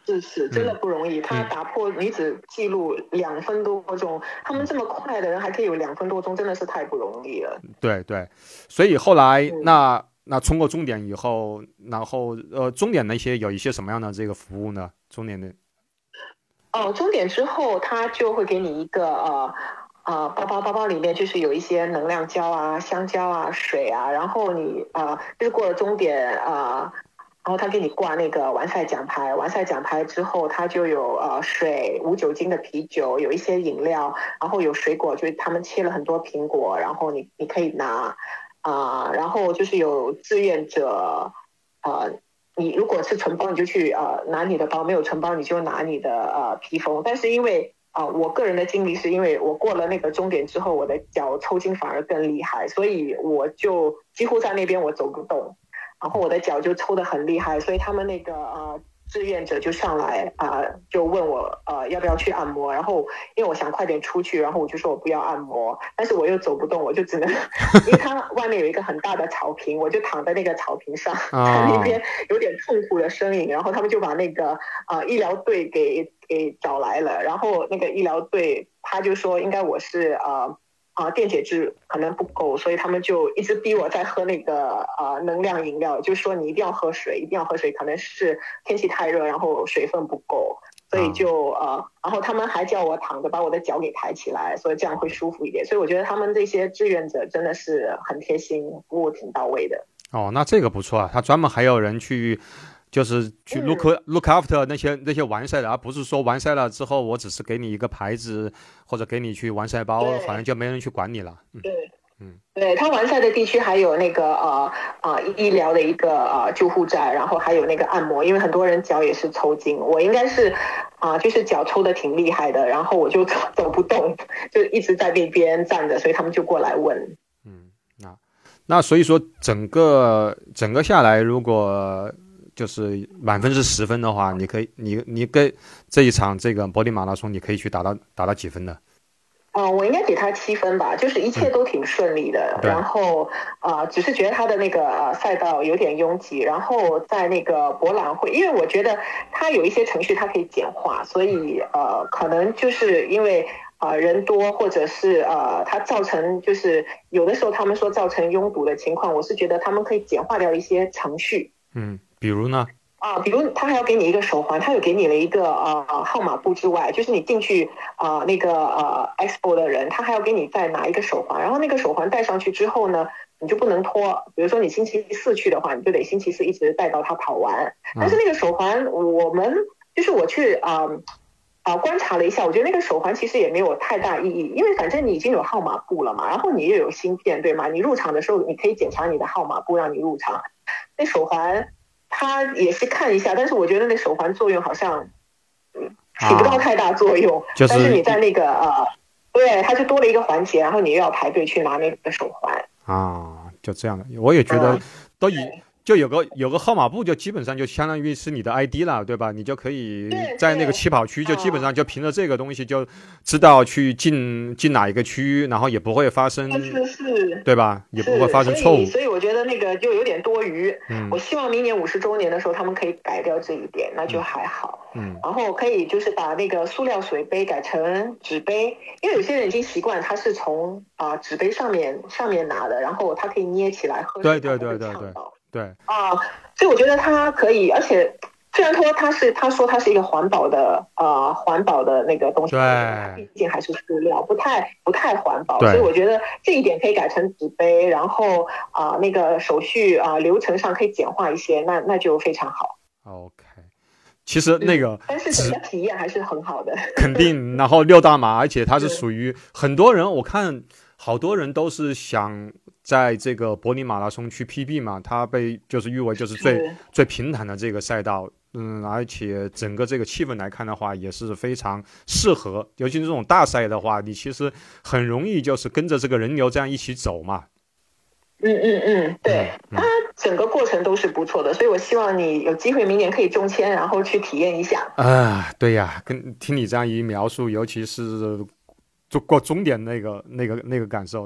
是是，真的不容易。嗯、他打破女子纪录两分多钟，他们这么快的人还可以有两分多钟，真的是太不容易了。 对对，所以后来、嗯、那那冲过终点以后，然后呃，终点那些有一些什么样的这个服务呢？终点的哦，终点之后他就会给你一个呃。呃，包包包包里面就是有一些能量胶啊、香蕉啊、水啊，然后你呃，就是过了终点啊、呃，然后他给你挂那个完赛奖牌，完赛奖牌之后，他就有呃水、无酒精的啤酒，有一些饮料，然后有水果，就是他们切了很多苹果，然后你你可以拿啊、呃，然后就是有志愿者，呃，你如果是承包，你就去呃拿你的包；没有承包，你就拿你的呃披风。但是因为啊、呃，我个人的经历是因为我过了那个终点之后，我的脚抽筋反而更厉害，所以我就几乎在那边我走不动，然后我的脚就抽得很厉害，所以他们那个呃志愿者就上来啊、呃，就问我呃要不要去按摩，然后因为我想快点出去，然后我就说我不要按摩，但是我又走不动，我就只能，因为它外面有一个很大的草坪，我就躺在那个草坪上，在那边有点痛苦的呻吟，然后他们就把那个呃医疗队给给找来了，然后那个医疗队他就说应该我是呃啊、呃、电解质可能不够，所以他们就一直逼我在喝那个呃能量饮料，就说你一定要喝水，一定要喝水，可能是天气太热，然后水分不够，所以就呃，然后他们还叫我躺着把我的脚给抬起来，所以这样会舒服一点。所以我觉得他们这些志愿者真的是很贴心，服务挺到位的。 哦，那这个不错啊，他专门还有人去。就是去 look、嗯、look after 那些那些完赛的，而不是说完赛了之后我只是给你一个牌子或者给你去完赛包，好像就没人去管你了。 嗯、对，嗯，对，他完赛的地区还有那个呃呃医疗的一个呃救护站，然后还有那个按摩，因为很多人脚也是抽筋，我应该是啊、呃、就是脚抽的挺厉害的，然后我就走走不动，就一直在那边站着，所以他们就过来问。 嗯，那那所以说整个整个下来，如果就是满分是十分的话，你可以，你你跟这一场这个柏林马拉松，你可以去达到达到几分呢？ 啊、呃，我应该给他七分吧，就是一切都挺顺利的。嗯、然后啊、呃，只是觉得他的那个呃赛道有点拥挤，然后在那个博览会，因为我觉得他有一些程序它可以简化，所以呃，可能就是因为啊、呃、人多，或者是呃它造成就是有的时候他们说造成拥堵的情况，我是觉得他们可以简化掉一些程序。 嗯。比如呢？ 啊，比如他还要给你一个手环，他有给你了一个呃号码布之外，就是你进去啊、呃、那个呃 expo 的人，他还要给你再拿一个手环，然后那个手环戴上去之后呢，你就不能脱。比如说你星期四去的话，你就得星期四一直戴到它跑完。但是那个手环，我们就是我去啊啊、呃呃、观察了一下，我觉得那个手环其实也没有太大意义，因为反正你已经有号码布了嘛，然后你又有芯片，对吗？你入场的时候你可以检查你的号码布，让你入场。那手环。他也是看一下，但是我觉得那手环作用好像起不到太大作用。啊就是、但是你在那个呃，对，它就多了一个环节，然后你又要排队去拿那个手环。 啊，就这样的，我也觉得都以。嗯就有个有个号码布，就基本上就相当于是你的 I D 了，对吧？你就可以在那个起跑区，就基本上就凭着这个东西就知道去进进哪一个区，然后也不会发生， 是是， 对吧？也不会发生错误。 所以，所以我觉得那个就有点多余。 嗯， 我希望明年五十周年的时候，他们可以改掉这一点，那就还好。 嗯， 然后可以就是把那个塑料水杯改成纸杯，因为有些人已经习惯他是从啊、呃、纸杯上面上面拿的，然后他可以捏起来喝对水， 对对对对。对啊、呃，所以我觉得它可以，而且虽然说它是他说它是一个环保的呃环保的那个东西， 对， 毕竟还是塑料，不太不太环保，所以我觉得这一点可以改成纸杯，然后啊、呃、那个手续啊、呃、流程上可以简化一些，那那就非常好。 OK， 其实那个、嗯， 但是整个体验还是很好的， 肯定。然后六大马，而且它是属于很多人，我看好多人都是想。在这个柏林马拉松去 P B 嘛，它被就是誉为就是最最平坦的这个赛道，嗯，而且整个这个气氛来看的话，也是非常适合，尤其是这种大赛的话，你其实很容易就是跟着这个人流这样一起走嘛。 嗯嗯嗯，对， 嗯、 它整个过程都是不错的，所以我希望你有机会明年可以中签，然后去体验一下。 啊，对呀，跟听你这样一描述，尤其是就过终点那个那个那个感受。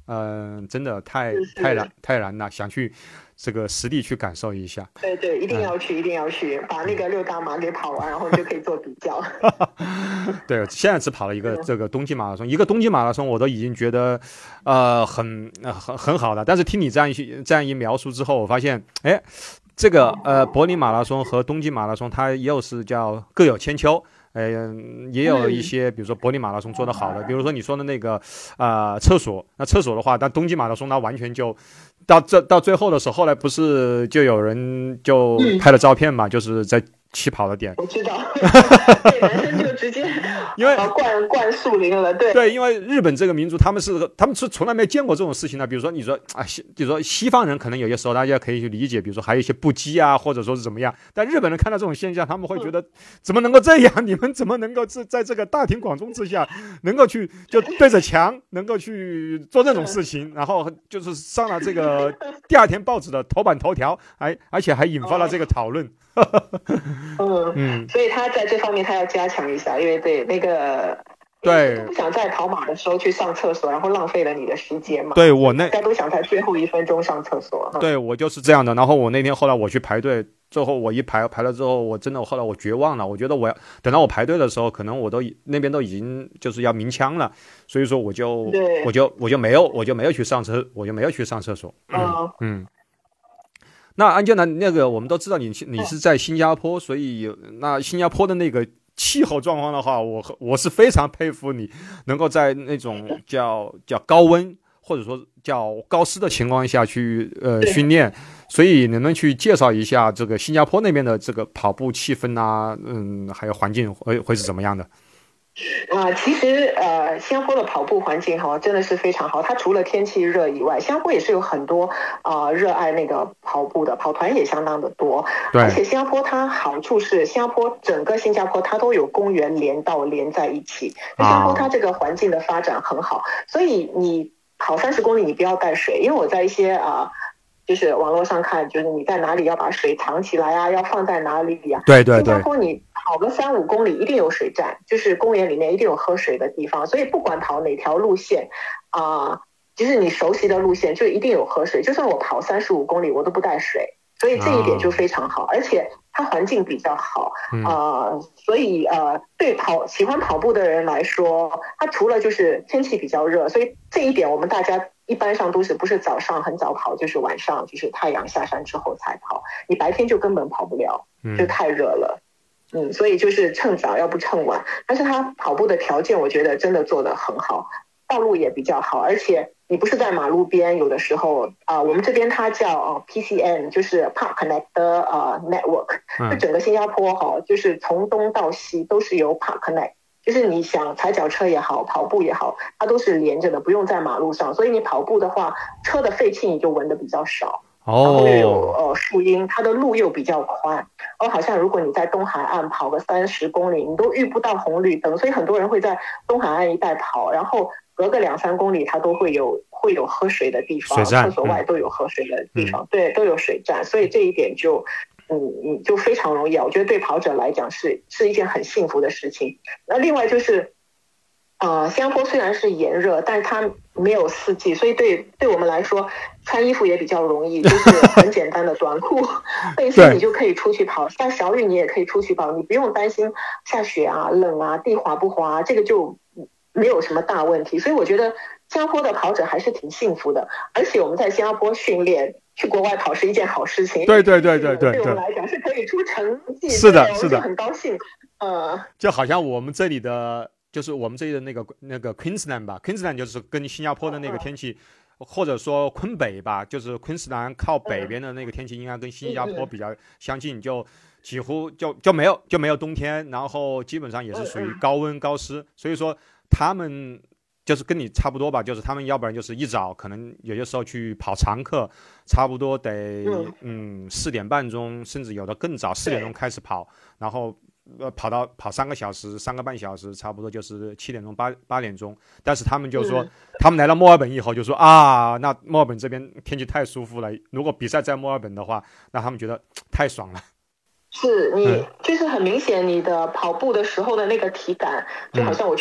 嗯、呃，真的太是是太难太难了，想去这个实地去感受一下。 对对，一定要去，嗯、一定要去，把那个六大马给跑完，然后你就可以做比较。 对，现在只跑了一个这个冬季马拉松，一个冬季马拉松我都已经觉得，呃，很呃很很好的。但是听你这样一这样一描述之后，我发现，哎，这个呃柏林马拉松和冬季马拉松，它又是叫各有千秋。呃，也有一些，比如说柏林马拉松做得好的，比如说你说的那个，呃，厕所。那厕所的话，但冬季马拉松它完全就到这到最后的时候，后来不是就有人就拍了照片嘛，嗯、就是在起跑的点。 我知道，对，男生就直接因为灌灌树林了，对对，因为日本这个民族他们是他们是从来没见过这种事情的。比如说你说啊，比如说西方人可能有些时候大家可以去理解，比如说还有一些不羁啊，或者说是怎么样，但日本人看到这种现象，他们会觉得怎么能够这样？你们怎么能够在在这个大庭广众之下，能够去就对着墙，能够去做这种事情，然后就是上了这个第二天报纸的头版头条，还而且还引发了这个讨论。 嗯嗯，所以他在这方面他要加强一下，因为对那个对不想在跑马的时候去上厕所，然后浪费了你的时间嘛。 对我那大家都想在最后一分钟上厕所。嗯、 对我就是这样的。然后我那天后来我去排队，最后我一排排了之后，我真的后来我绝望了。我觉得我要等到我排队的时候，可能我都那边都已经就是要鸣枪了，所以说我就我就我就没有我就没有去上厕我就没有去上厕所。嗯嗯。那安健呢？那个我们都知道你你是在新加坡，所以那新加坡的那个气候状况的话，我我是非常佩服你能够在那种叫叫高温或者说叫高湿的情况下去呃训练，所以能不能去介绍一下这个新加坡那边的这个跑步气氛啊，嗯，还有环境会会是怎么样的？ 啊、呃，其实呃，新加坡的跑步环境哈真的是非常好。它除了天气热以外，新加坡也是有很多啊、呃、热爱那个跑步的，跑团也相当的多。 对。 而且新加坡它好处是，新加坡整个新加坡它都有公园连道连在一起。新加坡它这个环境的发展很好，所以你跑三十公里你不要带水，因为我在一些啊。呃就是网络上看，就是你在哪里要把水藏起来啊，要放在哪里呀、啊？ 对对对。 新加坡你跑个三五公里一定有水站，就是公园里面一定有喝水的地方，所以不管跑哪条路线啊、呃，就是你熟悉的路线就一定有喝水。就算我跑三十五公里，我都不带水，所以这一点就非常好，哦、而且它环境比较好啊、呃，所以呃，对跑喜欢跑步的人来说，它除了就是天气比较热，所以这一点我们大家。一般上都是不是早上很早跑，就是晚上就是太阳下山之后才跑，你白天就根本跑不了，就太热了。嗯, 嗯，所以就是趁早要不趁晚。但是他跑步的条件我觉得真的做得很好，道路也比较好，而且你不是在马路边，有的时候啊、呃，我们这边它叫、呃、P C N， 就是 Park Connector 呃 Network， 就整个新加坡哈、哦，就是从东到西都是由 Park Connect。就是你想踩脚车也好，跑步也好，它都是连着的，不用在马路上。所以你跑步的话，车的废气你就闻得比较少。 哦。 然后又有呃树荫，它的路又比较宽。哦，好像如果你在东海岸跑个三十公里，你都遇不到红绿灯，所以很多人会在东海岸一带跑，然后隔个两三公里，它都会有会有喝水的地方，厕所外都有喝水的地方，嗯、对，都有水站，所以这一点就。嗯嗯，就非常容易啊！我觉得对跑者来讲是是一件很幸福的事情。那另外就是，呃，新加坡虽然是炎热，但是它没有四季，所以对对我们来说穿衣服也比较容易，就是很简单的短裤、背心，你就可以出去跑。下小雨你也可以出去跑，你不用担心下雪啊、冷啊、地滑不滑，这个就没有什么大问题。所以我觉得新加坡的跑者还是挺幸福的，而且我们在新加坡训练。去国外跑是一件好事情， 对对对对对， 对我们来讲是可以出成绩， 是的，是的， 很高兴。呃， 就好像我们这里的，就是我们这里的那个那个 Queensland 吧 ，Queensland 就是跟新加坡的那个天气，嗯、或者说昆北吧，就是 Queensland 靠北边的那个天气，应该跟新加坡比较相近，嗯、就几乎就就没有就没有冬天，然后基本上也是属于高温高湿，所以说他们。就是跟你差不多吧，就是他们要不然就是一早可能有些时候去跑长课，差不多得嗯四点半钟，甚至有的更早四点钟开始跑，然后呃跑到跑三个小时三个半小时，差不多就是七点钟八八点钟。但是他们就说，他们来到墨尔本以后就说啊，那墨尔本这边天气太舒服了，如果比赛在墨尔本的话，那他们觉得太爽了。 是你、嗯、就是很明显，你的跑步的时候的那个体感，就好像我去。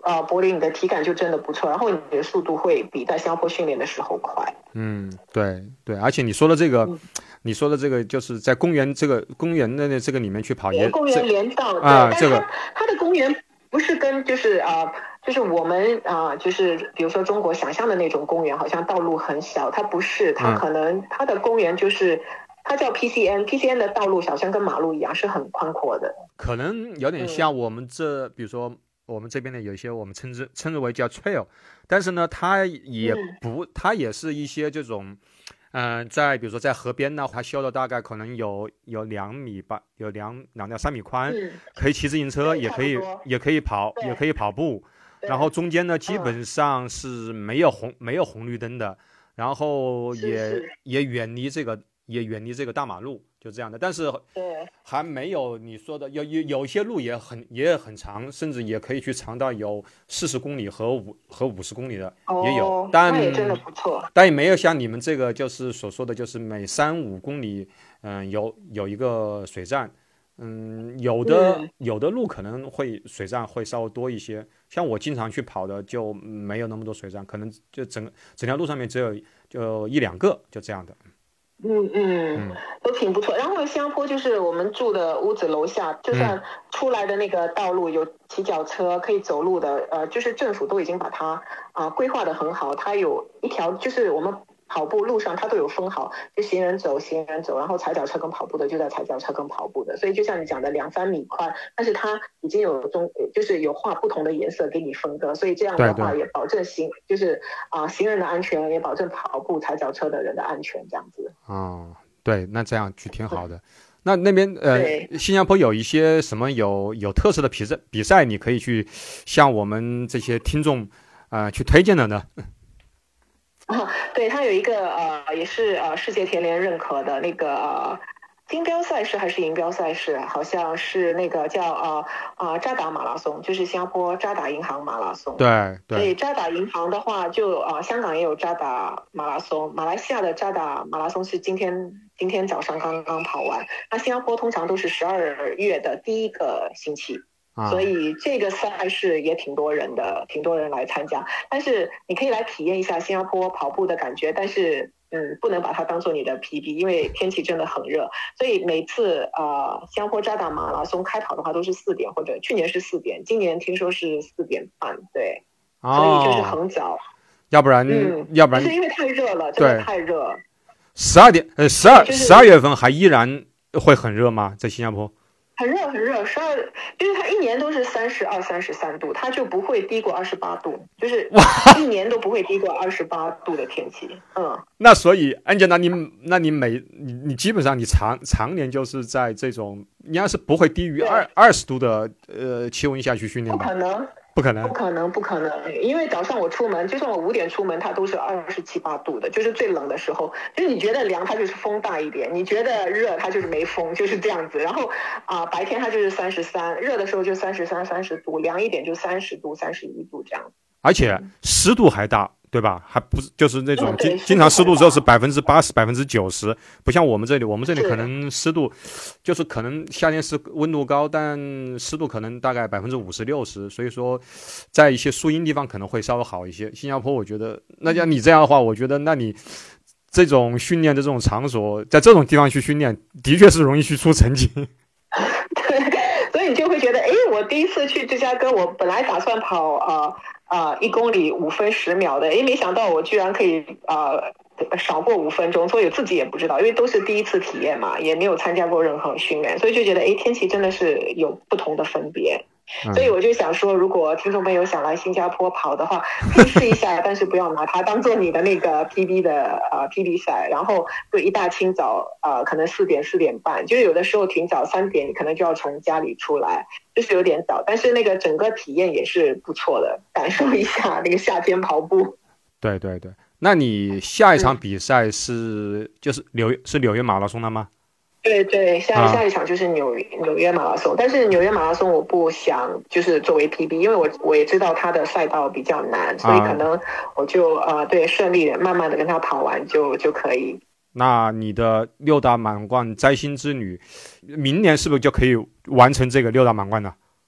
呃柏林你的体感就真的不错，然后你的速度会比在新加坡训练的时候快。 嗯，对对，而且你说的这个， 嗯、 你说的这个就是在公园这个公园的这个里面去跑也， 公园连道啊， 对， 这个它的公园不是跟就是啊、呃，就是我们啊、呃，就是比如说中国想象的那种公园，好像道路很小，它不是，它可能、嗯、它的公园就是它叫 P C N，P C N 的道路小像跟马路一样，是很宽阔的， 可能有点像我们这，嗯、比如说。我们这边的有一些我们称之称之为叫 trail， 但是呢，它也不，它也是一些这种，嗯、呃，在比如说在河边呢，它修的大概可能有有两米吧，有两两到三米宽， 嗯、 可以骑自行车，也可以也可以跑，也可以跑步。然后中间呢，基本上是没有红、嗯、没有红绿灯的，然后也是是也远离这个也远离这个大马路。就这样的，但是还没有你说的有有有些路也很也很长，甚至也可以去长到有四十公里和五和五十公里的、 哦、 也有，但也真的不错， 但也没有像你们这个就是所说的，就是每三五公里，嗯、呃，有有一个水站，嗯，有的、嗯、有的路可能会水站会稍微多一些，像我经常去跑的就没有那么多水站，可能就整整条路上面只有就一两个，就这样的。 嗯嗯，都挺不错。然后新加坡就是我们住的屋子楼下，就算出来的那个道路有骑脚车可以走路的，呃，就是政府都已经把它啊、呃、规划得很好。它有一条就是我们跑步路上它都有分好，就行人走行人走，然后踩脚车跟跑步的就在踩脚车跟跑步的。所以就像你讲的两三米宽，但是它已经有中就是有画不同的颜色给你分割，所以这样的话也保证行就是啊、呃、行人的安全，也保证跑步踩脚车的人的安全，这样子。 哦，对，那这样就挺好的。那那边呃，新加坡有一些什么有有特色的比赛比赛，你可以去向我们这些听众啊、呃、去推荐的呢？ 啊，对，它有一个呃，也是呃世界田联认可的那个呃金标赛事还是银标赛事，好像是那个叫呃呃渣打马拉松，就是新加坡渣打银行马拉松。 对对。 所以渣打银行的话就，就呃香港也有渣打马拉松，马来西亚的渣打马拉松是今天今天早上刚刚跑完。那新加坡通常都是十二月的第一个星期。所以这个赛事也挺多人的，挺多人来参加。但是你可以来体验一下新加坡跑步的感觉，但是嗯，不能把它当做你的 P B， 因为天气真的很热。所以每次呃新加坡渣打马拉松开跑的话都是四点，或者去年是四点，今年听说是四点半，对，哦、所以就是很早。 要不然， 嗯， 要不然就是因为太热了，真的太热。 十二点呃十二十二月份还依然会很热吗？在新加坡？ 很热很热，十二就是它一年都是三十二、三十三度，它就不会低过二十八度，就是一年都不会低过二十八度的天气。嗯， 那所以安姐，那你那你每你你基本上你常常年就是在这种应该是不会低于二二十度的呃气温下去训练吧？ 不可能。 不可能， 不可能，不可能！因为早上我出门，就算我五点出门，它都是二十七八度的，就是最冷的时候。就是你觉得凉，它就是风大一点；你觉得热，它就是没风，就是这样子。然后啊、呃，白天它就是三十三，热的时候就三十三、三十度，凉一点就三十度、三十一度这样。 而且湿度还大。对吧？还不是就是那种经经常湿度只有是百分之八十、百分之九十，不像我们这里，我们这里可能湿度就是可能夏天是温度高，但湿度可能大概百分之五十六十，所以说在一些树荫地方可能会稍微好一些。新加坡我觉得，那像你这样的话，我觉得那你这种训练的这种场所，在这种地方去训练，的确是容易去出成绩。 对，所以你就会觉得，哎，我第一次去芝加哥，我本来打算跑呃。啊、呃，一公里五分十秒的，诶，没想到我居然可以呃少过五分钟，所以自己也不知道，因为都是第一次体验嘛，也没有参加过任何训练，所以就觉得诶，天气真的是有不同的分别。嗯、所以我就想说，如果听众朋友想来新加坡跑的话，可以试一下，但是不要拿它当做你的那个 P B 的呃 P B 赛，然后就一大清早呃可能四点四点半，就是有的时候挺早，三点你可能就要从家里出来，就是有点早，但是那个整个体验也是不错的，感受一下那个夏天跑步。 对对对，那你下一场比赛是、嗯、就是纽约是纽约马拉松的吗？ 对对，下下一场就是纽约、啊、纽约马拉松，但是纽约马拉松我不想就是作为 P B， 因为我我也知道它的赛道比较难，所以可能我就、啊、呃对顺利的慢慢的跟它跑完就就可以。 那你的六大满贯摘星之旅，明年是不是就可以完成这个六大满贯呢？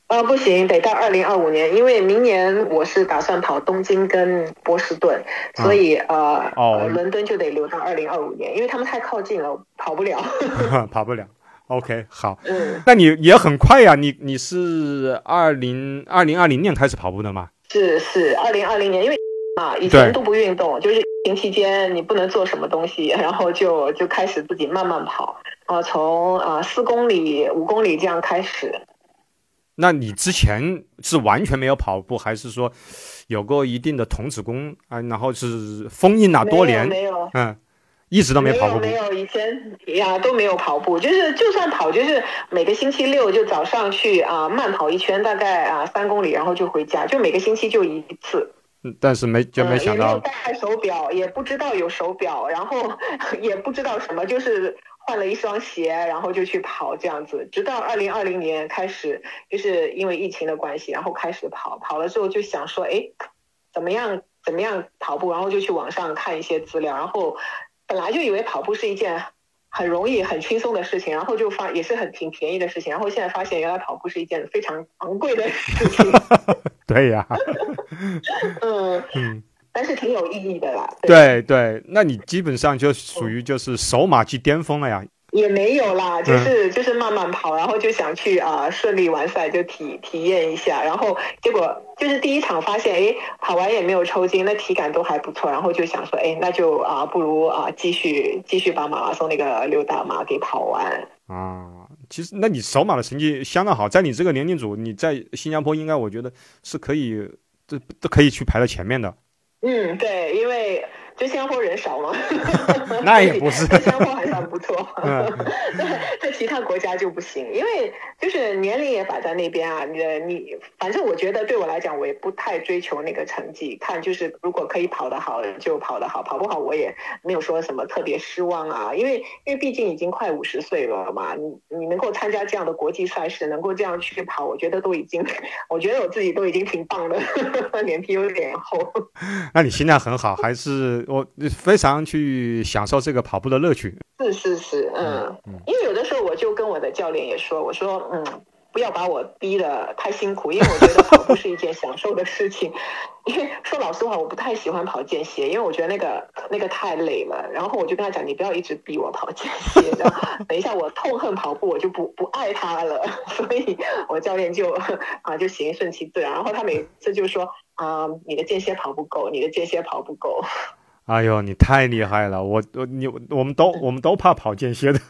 呃，不行，得到二零二五年，因为明年我是打算跑东京跟波士顿，嗯、所以呃， 哦、 呃，伦敦就得留到二零二五年，因为他们太靠近了，跑不了。 跑不了。OK， 好，嗯，那你也很快呀、啊，你你是二零二零二零年开始跑步的吗？ 是是，二零二零年，因为啊以前都不运动，就是疫情期间你不能做什么东西，然后就就开始自己慢慢跑，啊，从啊四公里、五公里这样开始。 那你之前是完全没有跑步，还是说有过一定的童子功啊？然后是封印了多年， 没有，没有嗯，一直都没跑过步。 没有，没有，以前呀都没有跑步，就是就算跑，就是每个星期六就早上去啊慢跑一圈，大概啊三公里，然后就回家，就每个星期就一次。 嗯，但是没就没想到， 嗯、也没有戴手表，也不知道有手表，然后也不知道什么，就是换了一双鞋，然后就去跑这样子。直到二零二零年开始，就是因为疫情的关系，然后开始跑，跑了之后就想说，哎，怎么样怎么样跑步，然后就去网上看一些资料，然后本来就以为跑步是一件很容易很轻松的事情，然后就发也是很挺便宜的事情，然后现在发现原来跑步是一件非常昂贵的事情。 对呀、啊， 嗯嗯，但是挺有意义的啦。 对 对, 对，那你基本上就属于就是首马即巅峰了呀。 也没有啦，就是、嗯、就是慢慢跑，然后就想去啊、呃、顺利完赛就体体验一下，然后结果就是第一场发现，哎，跑完也没有抽筋，那体感都还不错，然后就想说，哎，那就啊、呃、不如啊、呃、继续继续把马拉松那个六大马给跑完啊。其实，那你首马的成绩相当好，在你这个年龄组，你在新加坡应该我觉得是可以，这都可以去排到前面的。 嗯，对，因为就新加坡人少嘛， 那也不是， 新加坡还算不错，嗯、在其他国家就不行，因为就是年龄也摆在那边啊，你你反正我觉得对我来讲，我也不太追求那个成绩，看就是如果可以跑得好就跑得好，跑不好我也没有说什么特别失望啊，因为因为毕竟已经快五十岁了嘛，你你能够参加这样的国际赛事，能够这样去跑，我觉得都已经，我觉得我自己都已经挺棒的，脸皮有点厚。 那你心态很好，还是我非常去享受这个跑步的乐趣。 是是是，嗯，嗯因为有的时候我就跟我的教练也说，我说，嗯，不要把我逼得太辛苦，因为我觉得跑步是一件享受的事情。因为说老实话，我不太喜欢跑间歇，因为我觉得那个那个太累了。然后我就跟他讲，你不要一直逼我跑间歇，然后等一下我痛恨跑步，我就不不爱它了。所以我教练就啊就行，顺其自然。然后他每次就说啊、呃，你的间歇跑不够，你的间歇跑不够。 哎呦，你太厉害了！我我你我们都我们都怕跑间歇的。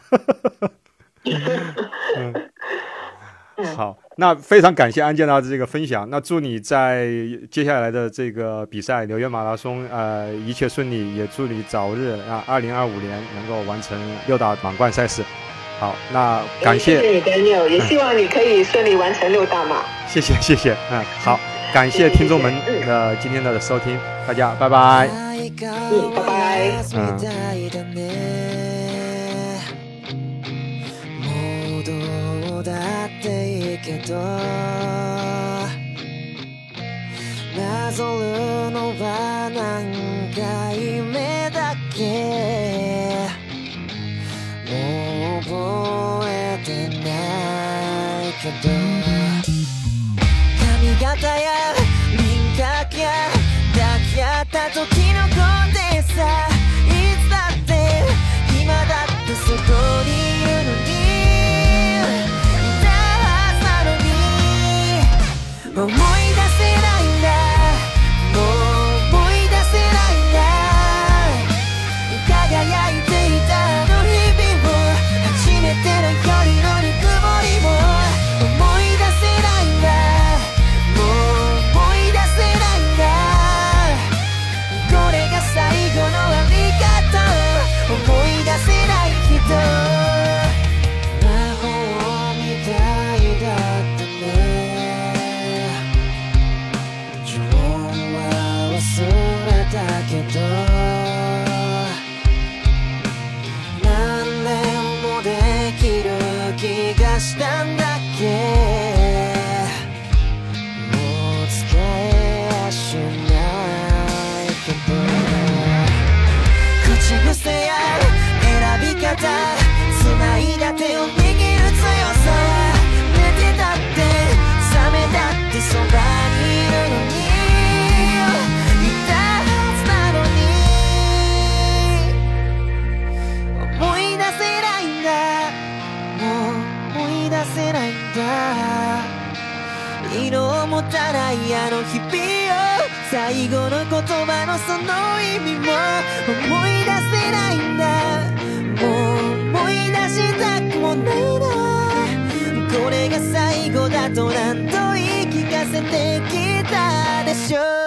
嗯，好，那非常感谢安健的这个分享。那祝你在接下来的这个比赛纽约马拉松，呃，一切顺利，也祝你早日啊，二零二五年能够完成六大满贯赛事。好，那感谢， 谢谢你 Daniel， 也希望你可以顺利完成六大马。 谢谢谢谢，嗯，好，感谢听众们的今天的收听，大家拜拜。 嗯，拜拜。嗯。けどなぞるのは何回目だっけもう覚えてないけど髪型や輪郭や抱き合った時の声でさいつだって今だってそこにいるのに思い出せないんだもう思い出せないんだ輝いていたあの日々も初めての夜のぬくもりも思い出せないんだもう思い出せないんだこれが最後のあり方を思い出せない人魔法みたいだったねの日々を最後の言葉のその意味も思い出せないんだもう思い出したくもないなこれが最後だと何度言い聞かせてきたでしょう